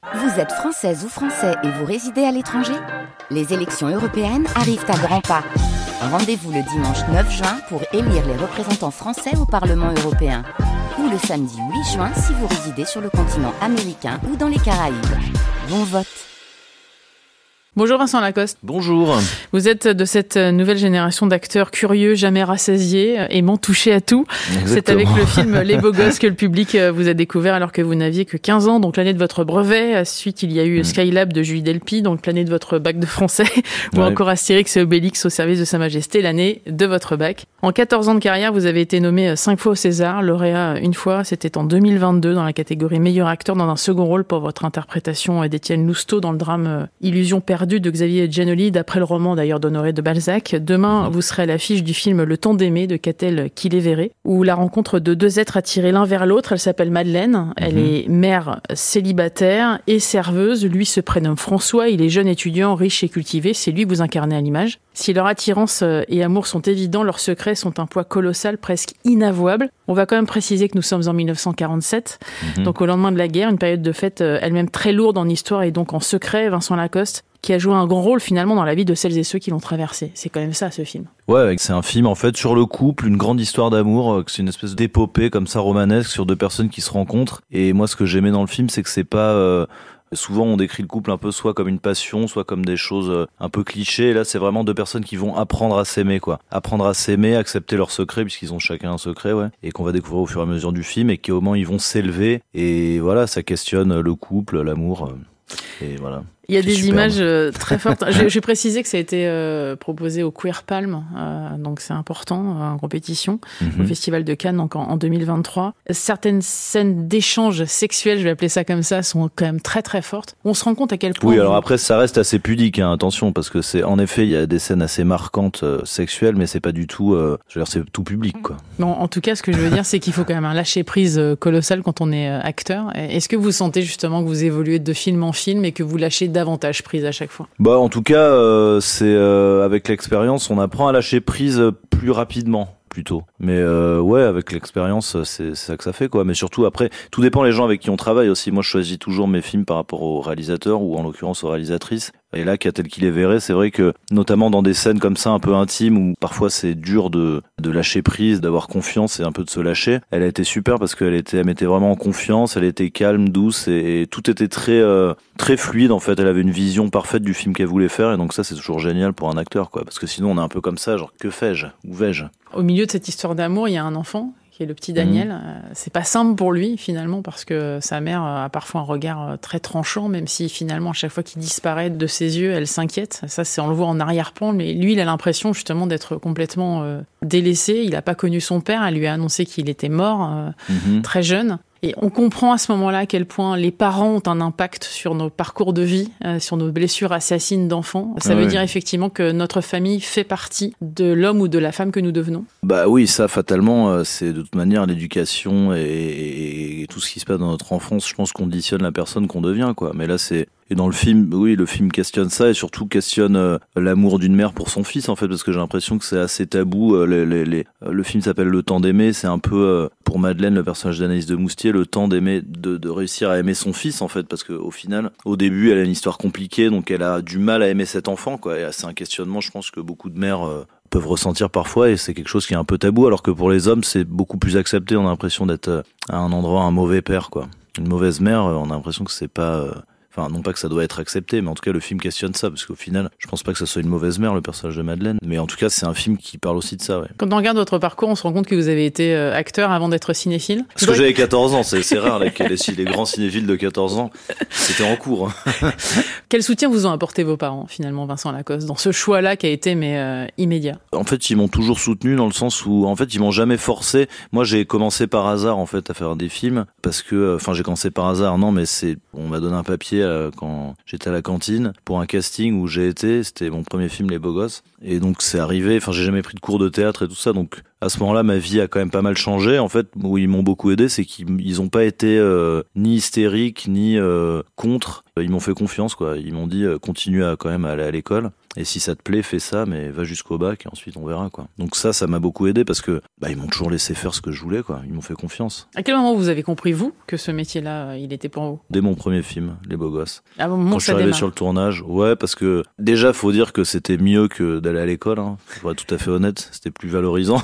Vous êtes française ou français et vous résidez à l'étranger ? Les élections européennes arrivent à grands pas. Rendez-vous le dimanche 9 juin pour élire les représentants français au Parlement européen. Ou le samedi 8 juin si vous résidez sur le continent américain ou dans les Caraïbes. Bon vote! Bonjour Vincent Lacoste. Bonjour. Vous êtes de cette nouvelle génération d'acteurs curieux, jamais rassasiés, aimant toucher à tout. Exactement. C'est avec le film Les Beaux Gosses que le public vous a découvert alors que vous n'aviez que 15 ans, donc l'année de votre brevet. Ensuite, il y a eu Skylab de Julie Delpy, donc l'année de votre bac de français. Ou encore Astérix et Obélix au service de Sa Majesté, l'année de votre bac. En 14 ans de carrière, vous avez été nommé 5 fois au César, lauréat une fois, c'était en 2022 dans la catégorie meilleur acteur dans un second rôle pour votre interprétation d'Étienne Lousteau dans le drame Illusion perdue de Xavier Giannoli, d'après le roman d'ailleurs d'Honoré de Balzac. Demain, vous serez à l'affiche du film Le Temps d'aimer de Catel Quillet-Verret, où la rencontre de deux êtres attirés l'un vers l'autre. Elle s'appelle Madeleine, elle est mère célibataire et serveuse. Lui se prénomme François, il est jeune étudiant, riche et cultivé, c'est lui que vous incarnez à l'image. Si leur attirance et amour sont évidents, leurs secrets sont un poids colossal, presque inavouable. On va quand même préciser que nous sommes en 1947, donc au lendemain de la guerre, une période de fête elle-même très lourde en histoire et donc en secret. Vincent Lacoste, qui a joué un grand rôle finalement dans la vie de celles et ceux qui l'ont traversé. C'est quand même ça, ce film. Ouais, c'est un film en fait sur le couple, une grande histoire d'amour, c'est une espèce d'épopée comme ça romanesque sur deux personnes qui se rencontrent. Et moi, ce que j'aimais dans le film, c'est que c'est pas... Souvent, on décrit le couple un peu soit comme une passion, soit comme des choses un peu clichés. Et là, c'est vraiment deux personnes qui vont apprendre à s'aimer, quoi. Apprendre à s'aimer, accepter leurs secrets, puisqu'ils ont chacun un secret, ouais. Et qu'on va découvrir au fur et à mesure du film, et qu'au moment, ils vont s'élever. Et voilà, ça questionne le couple, l'amour. Et voilà. Il y a des images très fortes. Je vais préciser que ça a été proposé au Queer Palm, donc c'est important, en compétition, au Festival de Cannes, donc en 2023. Certaines scènes d'échanges sexuels, je vais appeler ça comme ça, sont quand même très très fortes. On se rend compte à quel point... Oui, alors après, ça reste assez pudique, hein, attention, parce que c'est, en effet, il y a des scènes assez marquantes sexuelles, mais c'est pas du tout, je veux dire, c'est tout public, quoi. Bon, en tout cas, ce que je veux dire, c'est qu'il faut quand même un lâcher-prise colossal quand on est acteur. Est-ce que vous sentez justement que vous évoluez de film en film et que vous lâchez davantage prise à chaque fois? Bah, en tout cas, c'est avec l'expérience, on apprend à lâcher prise plus rapidement. Plutôt. Mais ouais, avec l'expérience, c'est ça que ça fait, quoi. Mais surtout, après, tout dépend les gens avec qui on travaille aussi. Moi, je choisis toujours mes films par rapport aux réalisateurs ou en l'occurrence aux réalisatrices. Et là, Catel Quillet-Verret, c'est vrai que, notamment dans des scènes comme ça, un peu intimes, où parfois c'est dur de lâcher prise, d'avoir confiance et un peu de se lâcher, elle a été super parce qu'elle mettait vraiment en confiance, elle était calme, douce et tout était très, très fluide, en fait. Elle avait une vision parfaite du film qu'elle voulait faire et donc ça, c'est toujours génial pour un acteur, quoi. Parce que sinon, on est un peu comme ça, genre, que fais-je? Où vais-je? Au milieu de cette histoire d'amour, il y a un enfant qui est le petit Daniel. C'est pas simple pour lui, finalement, parce que sa mère a parfois un regard très tranchant, même si, finalement, à chaque fois qu'il disparaît de ses yeux, elle s'inquiète. Ça, on le voit en arrière-plan, mais lui, il a l'impression, justement, d'être complètement délaissé. Il a pas connu son père. Elle lui a annoncé qu'il était mort très jeune. Et on comprend à ce moment-là à quel point les parents ont un impact sur nos parcours de vie, sur nos blessures assassines d'enfants. Ça veut dire effectivement que notre famille fait partie de l'homme ou de la femme que nous devenons. Bah oui, ça fatalement, c'est de toute manière l'éducation et tout ce qui se passe dans notre enfance, je pense, conditionne la personne qu'on devient, quoi. Mais là, c'est... Et dans le film, oui, le film questionne ça et surtout questionne l'amour d'une mère pour son fils, en fait, parce que j'ai l'impression que c'est assez tabou. Le film s'appelle Le Temps d'aimer, c'est un peu, pour Madeleine, le personnage d'Anaïs de Moustier, le temps d'aimer, de réussir à aimer son fils, en fait, parce que au final, au début, elle a une histoire compliquée, donc elle a du mal à aimer cet enfant, quoi. Et c'est un questionnement, je pense, que beaucoup de mères peuvent ressentir parfois, et c'est quelque chose qui est un peu tabou, alors que pour les hommes, c'est beaucoup plus accepté. On a l'impression d'être à un endroit un mauvais père, quoi. Une mauvaise mère, on a l'impression que c'est pas... Enfin, non pas que ça doit être accepté, mais en tout cas, le film questionne ça, parce qu'au final, je pense pas que ça soit une mauvaise mère, le personnage de Madeleine. Mais en tout cas, c'est un film qui parle aussi de ça, ouais. Quand on regarde votre parcours, on se rend compte que vous avez été acteur avant d'être cinéphile. Parce que j'avais 14 ans, c'est rare, là, que les grands cinéphiles de 14 ans, c'était en cours. Quel soutien vous ont apporté vos parents, finalement, Vincent Lacoste, dans ce choix-là qui a été, immédiat? En fait, ils m'ont toujours soutenu dans le sens où, en fait, ils m'ont jamais forcé. Moi, j'ai commencé par hasard, en fait, à faire des films, parce que, j'ai commencé par hasard, non, mais on m'a donné un papier quand j'étais à la cantine pour un casting où j'ai été, c'était mon premier film Les Beaux Gosses, et donc c'est arrivé, j'ai jamais pris de cours de théâtre et tout ça, donc à ce moment-là ma vie a quand même pas mal changé. En fait, où ils m'ont beaucoup aidé, c'est qu'ils ont pas été ni hystériques ni contre, ils m'ont fait confiance, quoi. Ils m'ont dit continue à quand même aller à l'école. Et si ça te plaît, fais ça, mais va jusqu'au bac et ensuite on verra, quoi. Donc ça m'a beaucoup aidé parce que ils m'ont toujours laissé faire ce que je voulais, quoi. Ils m'ont fait confiance. À quel moment vous avez compris, vous, que ce métier-là, il était pour vous? Dès mon premier film, Les Beaux Gosses. À un moment quand je suis arrivé sur le tournage, ouais, parce que déjà, faut dire que c'était mieux que d'aller à l'école, hein. Pour être tout à fait honnête, c'était plus valorisant.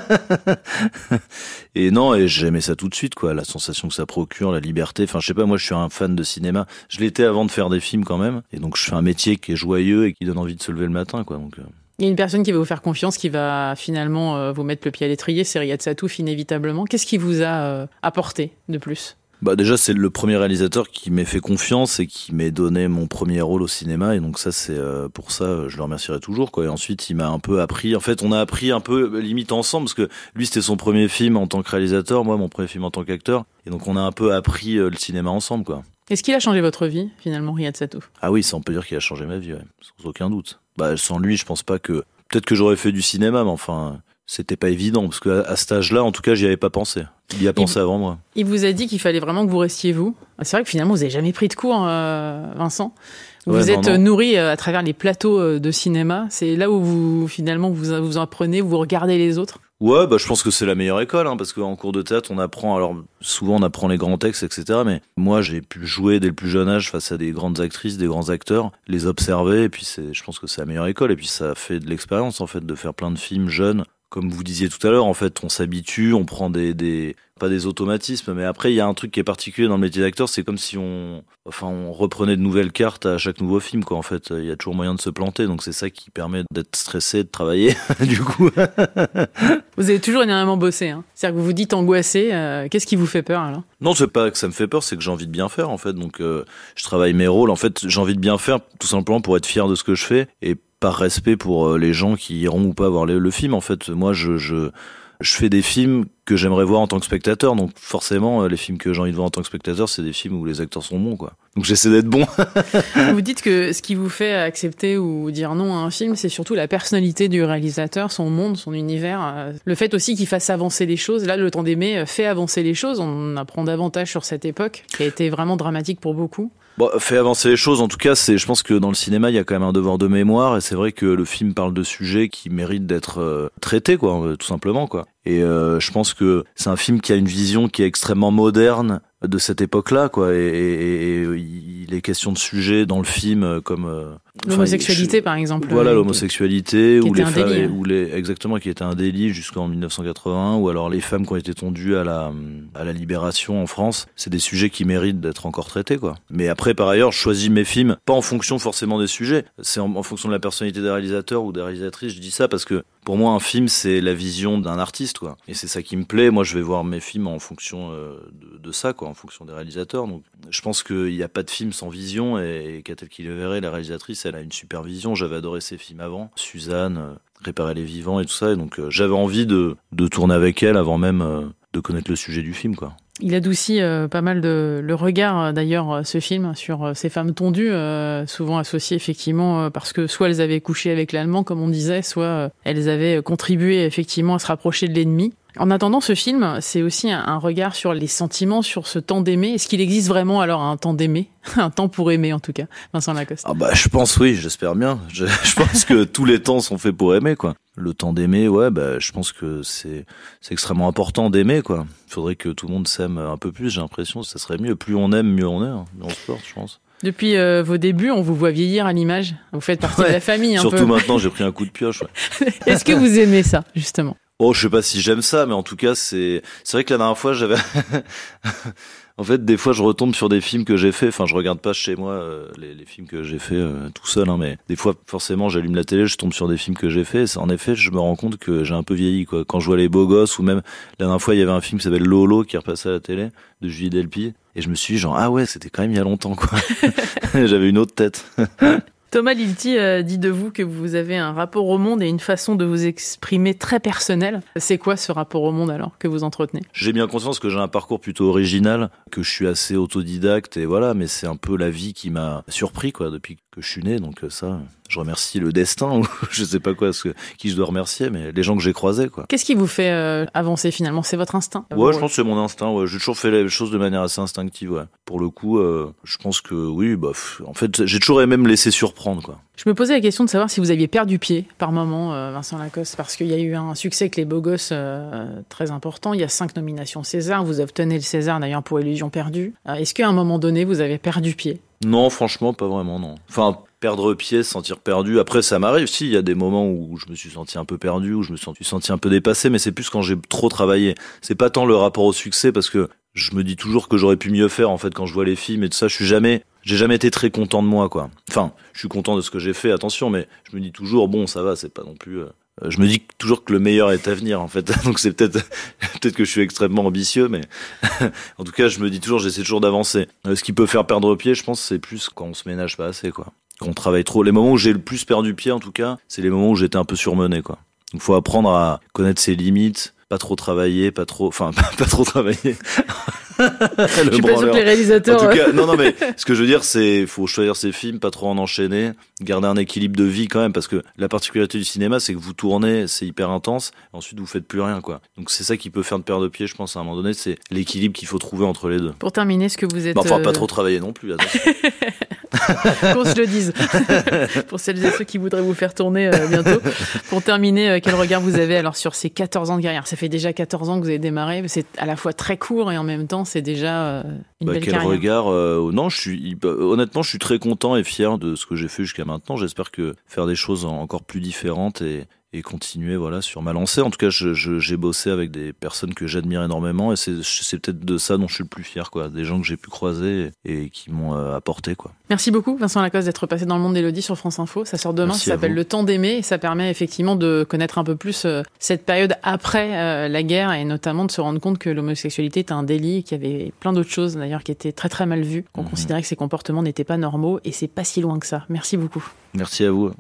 Et j'aimais ça tout de suite, quoi. La sensation que ça procure, la liberté. Enfin, je sais pas, moi, je suis un fan de cinéma. Je l'étais avant de faire des films quand même. Et donc, je fais un métier qui est joyeux et qui donne envie de se lever le matin, quoi. Donc, il y a une personne qui va vous faire confiance, qui va finalement vous mettre le pied à l'étrier, c'est Riyad Sattouf, inévitablement. Qu'est-ce qui vous a apporté de plus? Déjà, c'est le premier réalisateur qui m'ait fait confiance et qui m'ait donné mon premier rôle au cinéma. Et donc ça, c'est pour ça, je le remercierai toujours, quoi. Et ensuite, il m'a un peu appris. En fait, on a appris un peu limite ensemble parce que lui, c'était son premier film en tant que réalisateur, moi, mon premier film en tant qu'acteur. Et donc, on a un peu appris le cinéma ensemble, quoi. Est-ce qu'il a changé votre vie, finalement, Riyad Sattouf? Ah oui, ça, on peut dire qu'il a changé ma vie, ouais, sans aucun doute. Sans lui, je pense pas que... Peut-être que j'aurais fait du cinéma, mais enfin... C'était pas évident, parce qu'à cet âge-là, en tout cas, j'y avais pas pensé. Il y a pensé avant moi. Il vous a dit qu'il fallait vraiment que vous restiez vous. C'est vrai que finalement, vous n'avez jamais pris de cours, Vincent. Vous êtes nourri à travers les plateaux de cinéma. C'est là où vous apprenez, vous regardez les autres. Ouais, je pense que c'est la meilleure école, hein, parce qu'en cours de théâtre, on apprend, alors souvent on apprend les grands textes, etc. Mais moi, j'ai pu jouer dès le plus jeune âge face à des grandes actrices, des grands acteurs, les observer, et puis je pense que c'est la meilleure école, et puis ça fait de l'expérience, en fait, de faire plein de films jeunes. Comme vous disiez tout à l'heure, en fait, on s'habitue, on prend pas des automatismes, mais après, il y a un truc qui est particulier dans le métier d'acteur, c'est comme si on reprenait de nouvelles cartes à chaque nouveau film, quoi. En fait, il y a toujours moyen de se planter, donc c'est ça qui permet d'être stressé, de travailler, du coup. Vous avez toujours énormément bossé, hein. C'est-à-dire que vous vous dites angoissé, qu'est-ce qui vous fait peur, alors? Non, c'est pas que ça me fait peur, c'est que j'ai envie de bien faire, en fait, donc je travaille mes rôles, en fait, j'ai envie de bien faire, tout simplement pour être fier de ce que je fais, et par respect pour les gens qui iront ou pas voir le film. En fait, moi, je fais des films que j'aimerais voir en tant que spectateur. Donc, forcément, les films que j'ai envie de voir en tant que spectateur, c'est des films où les acteurs sont bons, quoi. Donc, j'essaie d'être bon. Vous dites que ce qui vous fait accepter ou dire non à un film, c'est surtout la personnalité du réalisateur, son monde, son univers. Le fait aussi qu'il fasse avancer les choses. Là, Le Temps d'aimer fait avancer les choses. On apprend davantage sur cette époque, qui a été vraiment dramatique pour beaucoup. Fait avancer les choses, en tout cas, je pense que dans le cinéma, il y a quand même un devoir de mémoire, et c'est vrai que le film parle de sujets qui méritent d'être traités, quoi, tout simplement, quoi. Et je pense que c'est un film qui a une vision qui est extrêmement moderne de cette époque-là, quoi. Et il est question de sujets dans le film comme l'homosexualité, par exemple. Voilà, l'homosexualité ou les femmes, exactement, qui était un délit jusqu'en 1981, ou alors les femmes qui ont été tondues à la libération en France. C'est des sujets qui méritent d'être encore traités, quoi. Mais après, par ailleurs, je choisis mes films pas en fonction forcément des sujets. C'est en fonction de la personnalité des réalisateurs ou des réalisatrices. Je dis ça parce que pour moi, un film, c'est la vision d'un artiste, quoi. Et c'est ça qui me plaît. Moi, je vais voir mes films en fonction de ça, quoi, en fonction des réalisateurs. Donc, je pense qu'il n'y a pas de film sans vision, et Catel qui le verrait, la réalisatrice, elle a une super vision. J'avais adoré ses films avant. Suzanne, Réparer les vivants et tout ça. Et donc, j'avais envie de tourner avec elle avant même de connaître le sujet du film, quoi. Il adoucit pas mal le regard, d'ailleurs, ce film, sur ces femmes tondues, souvent associées effectivement parce que soit elles avaient couché avec l'Allemand, comme on disait, soit elles avaient contribué effectivement à se rapprocher de l'ennemi. En attendant, ce film, c'est aussi un regard sur les sentiments, sur ce temps d'aimer. Est-ce qu'il existe vraiment alors un temps d'aimer? Un temps pour aimer, en tout cas, Vincent Lacoste. Je pense, oui, j'espère bien. Je pense que tous les temps sont faits pour aimer, quoi. Le temps d'aimer, ouais, je pense que c'est extrêmement important d'aimer, quoi. Il faudrait que tout le monde s'aime un peu plus, j'ai l'impression, ça serait mieux. Plus on aime, mieux on est, hein, dans le sport, je pense. Depuis vos débuts, on vous voit vieillir à l'image. Vous faites partie de la famille, un peu. Surtout maintenant, j'ai pris un coup de pioche, ouais. Est-ce que vous aimez ça, justement? Je sais pas si j'aime ça, mais en tout cas, c'est vrai que la dernière fois, j'avais... En fait, des fois, je retombe sur des films que j'ai fait. Enfin, je regarde pas chez moi les films que j'ai fait tout seul, hein, mais des fois, forcément, j'allume la télé, je tombe sur des films que j'ai fait. En effet, je me rends compte que j'ai un peu vieilli, quoi. Quand je vois Les Beaux Gosses, ou même la dernière fois, il y avait un film qui s'appelle Lolo qui est repassé à la télé de Julie Delpy, et je me suis dit genre ah ouais, c'était quand même il y a longtemps, quoi. J'avais une autre tête. Thomas Lilti dit de vous que vous avez un rapport au monde et une façon de vous exprimer très personnelle. C'est quoi ce rapport au monde alors que vous entretenez? J'ai bien conscience que j'ai un parcours plutôt original, que je suis assez autodidacte et voilà, mais c'est un peu la vie qui m'a surpris, quoi, depuis je suis né, donc ça, je remercie le destin, ou je sais pas quoi, qui je dois remercier, mais les gens que j'ai croisés, quoi. Qu'est-ce qui vous fait avancer finalement? C'est votre instinct? Ouais, je pense que c'est mon instinct, ouais. J'ai toujours fait les choses de manière assez instinctive, ouais. Pour le coup, je pense que oui, en fait, j'ai toujours aimé me laisser surprendre, quoi. Je me posais la question de savoir si vous aviez perdu pied par moment, Vincent Lacoste, parce qu'il y a eu un succès avec Les Beaux Gosses très important. Il y a 5 nominations César. Vous obtenez le César d'ailleurs pour Illusion perdue. Est-ce qu'à un moment donné, vous avez perdu pied? Non, franchement, pas vraiment, non. Enfin, perdre pied, se sentir perdu. Après, ça m'arrive, si, il y a des moments où je me suis senti un peu perdu, où je me suis senti un peu dépassé, mais c'est plus quand j'ai trop travaillé. C'est pas tant le rapport au succès, parce que je me dis toujours que j'aurais pu mieux faire, en fait, quand je vois les films et tout ça. J'ai jamais été très content de moi, quoi. Enfin, je suis content de ce que j'ai fait, attention, mais je me dis toujours, bon, ça va, c'est pas non plus... Je me dis toujours que le meilleur est à venir, en fait. Donc c'est peut-être que je suis extrêmement ambitieux, mais en tout cas, je me dis toujours, j'essaie toujours d'avancer. Ce qui peut faire perdre pied, je pense, c'est plus quand on se ménage pas assez, quoi. Quand on travaille trop. Les moments où j'ai le plus perdu pied, en tout cas, c'est les moments où j'étais un peu surmené, quoi. Donc faut apprendre à connaître ses limites, pas trop travailler, pas trop travailler. Je suis pas sûr que les réalisateurs... En tout cas, non, mais ce que je veux dire, c'est faut choisir ses films, pas trop en enchaîner, garder un équilibre de vie quand même, parce que la particularité du cinéma, c'est que vous tournez, c'est hyper intense, ensuite vous faites plus rien, quoi. Donc c'est ça qui peut faire de perdre pied, je pense, à un moment donné, c'est l'équilibre qu'il faut trouver entre les deux. Pour terminer, ce que vous êtes... Enfin, pas trop travailler non plus, attention. Qu'on se le dise. Pour celles et ceux qui voudraient vous faire tourner bientôt. Pour terminer, quel regard vous avez alors sur ces 14 ans de carrière? Ça fait déjà 14 ans que vous avez démarré, c'est à la fois très court et en même temps c'est déjà une belle quel carrière. Regard non, honnêtement, je suis très content et fier de ce que j'ai fait jusqu'à maintenant. J'espère que faire des choses encore plus différentes et continuer sur ma lancée. En tout cas, j'ai bossé avec des personnes que j'admire énormément et c'est peut-être de ça dont je suis le plus fier, quoi. Des gens que j'ai pu croiser et qui m'ont apporté, quoi. Merci beaucoup Vincent Lacoste d'être passé dans le monde d'Élodie sur France Info. Ça sort demain, Merci, ça s'appelle Le Temps d'aimer et ça permet effectivement de connaître un peu plus cette période après la guerre et notamment de se rendre compte que l'homosexualité était un délit, qu'il y avait plein d'autres choses d'ailleurs qui étaient très très mal vues, qu'on considérait que ces comportements n'étaient pas normaux et c'est pas si loin que ça. Merci beaucoup. Merci à vous.